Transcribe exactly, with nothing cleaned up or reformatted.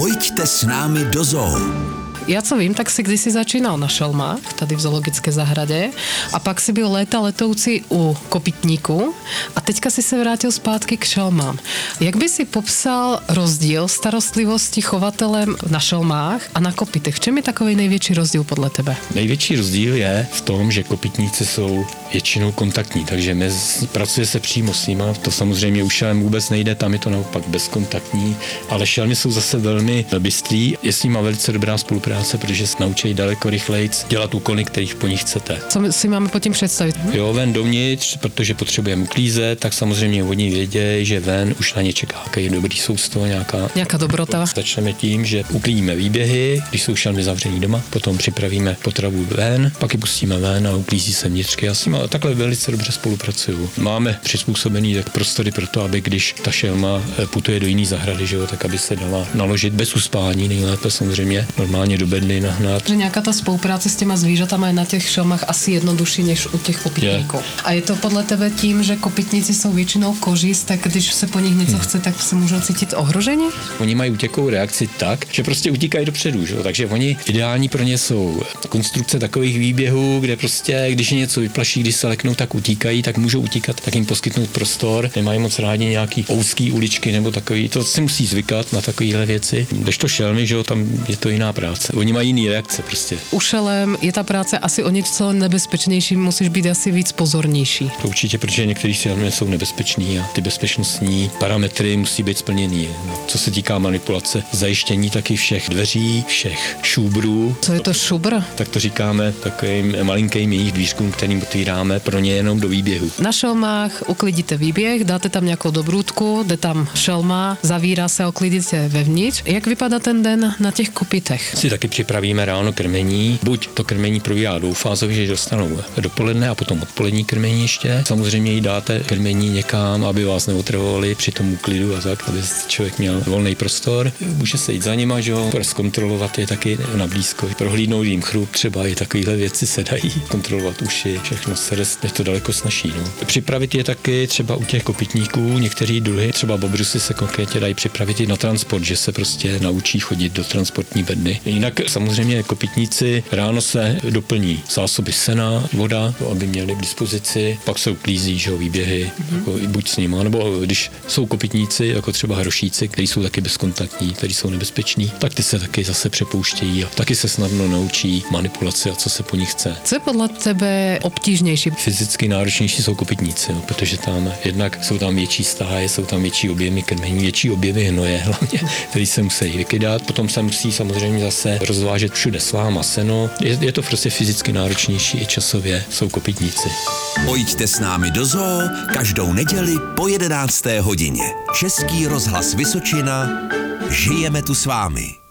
Pojďte s námi do zoo. Ja co vím, tak si kdysi začínal na šelmách, tady v zoologické zahradě, a pak si byl léta letoucí u kopytníku a teďka si se vrátil zpátky k šelmám. Jak by si popsal rozdíl starostlivosti chovatelem na šelmách a na kopytech? V čem je takový největší rozdíl podle tebe? Největší rozdíl je v tom, že kopytníci jsou většinou kontaktní, takže mez, pracuje se přímo s nima. To samozřejmě u šelem vůbec nejde, tam je to naopak bezkontaktní, ale šelmy jsou zase velmi bystrý, je s nima velice dobrá spolupráce, protože se naučí daleko rychleji dělat úkony, kterých po nich chcete. Co si máme pod tím představit? Jo, ven dovnitř, protože potřebujeme uklízet, tak samozřejmě oni vědějí, že ven už na ně čeká jaký dobrý sousto, nějaká, nějaká dobrota. Začneme tím, že uklidíme výběhy, když jsou šelmy zavřený doma, potom připravíme potravu ven, pak ji pustíme ven a uklízí se vnitřky. Já s nimi takhle velice dobře spolupracuju. Máme přizpůsobený tak prostory pro to, aby když ta šelma putuje do jiné zahrady, že jo, tak aby se dala naložit bez uspání, nejlépe samozřejmě normálně do bedny nahnat. Že nějaká ta spolupráce s těma zvířatama je na těch šelmách asi jednodušší než u těch kopytníků. Je. A je to podle tebe tím, že kopytníci jsou většinou kořist, tak když se po nich něco hmm. chce, tak se můžou cítit ohroženi? Oni mají utěkovou reakci tak, že prostě utíkají dopředu, že? Takže oni ideální pro ně jsou konstrukce takových výběhů, kde prostě, když je něco vyplaší, když se leknou, tak utíkají, tak můžou utíkat, tak jim poskytnout prostor. Nemají moc rádi nějaký úzký uličky nebo takový. To si musí zvykat na takovéhle věci. Když to šelmy, že jo, tam je to jiná práce. Oni mají jiný reakce prostě. U šelem je ta práce asi o něco nebezpečnější, musíš být asi víc pozornější. To určitě, protože některé šelmy jsou nebezpečný a ty bezpečnostní parametry musí být splněný. No, co se týká manipulace, zajištění taky všech dveří, všech šubrů. Co je to šubr? Tak to říkáme takovým malinkým jejich dvířkům, kterým otvíráme pro ně jenom do výběhu. Na šelmách uklidíte výběh, dáte tam nějakou dobrůdku, jde tam šelma, zavírá se, uklidíte vevnitř. Jak vypadá ten den na těch kopytech? Si taky připravíme ráno krmení. Buď to krmení probíhá dvoufázově, že dostanou dopoledne a potom odpolední krmení ještě. Samozřejmě jí dáte krmení někam, aby vás neotravovali při tom úklidu a tak, aby člověk měl volný prostor. Může se jít za nima, že jo, zkontrolovat je taky na blízko. Prohlídnout jim chrup, třeba i takovéhle věci se dají. Kontrolovat uši, všechno srst, je to daleko snažší. No. Připravit je taky třeba u těch kopytníků, některý druhy, třeba bobrusy se konkrétně dají připravit i na transport, že se prostě naučí chodit do transportní bedny. Jinak samozřejmě kopytníci ráno se doplní zásoby sena, voda, aby měli k dispozici, pak se uklízí, že jo, výběhy, mm-hmm. jako buď s nima, nebo když jsou kopytníci, jako třeba hrošíci, kteří jsou taky bezkontaktní, kteří jsou nebezpeční, tak ty se taky zase přepouštějí a taky se snadno naučí manipulaci a co se po nich chce. Co je podle tebe obtížnější? Fyzicky náročnější jsou kopytníci, jo, protože tam jednak jsou tam větší stáje, jsou tam větší objemy krmení, větší objemy hnoje hlavně, který se musí vykydat. Potom se musí samozřejmě zase rozvážet všude sláma, seno. Je, je to prostě fyzicky náročnější i časově, jsou kopytníci. Pojďte s námi do zoo každou neděli po jedenácté hodině. Český rozhlas Vysočina. Žijeme tu s vámi.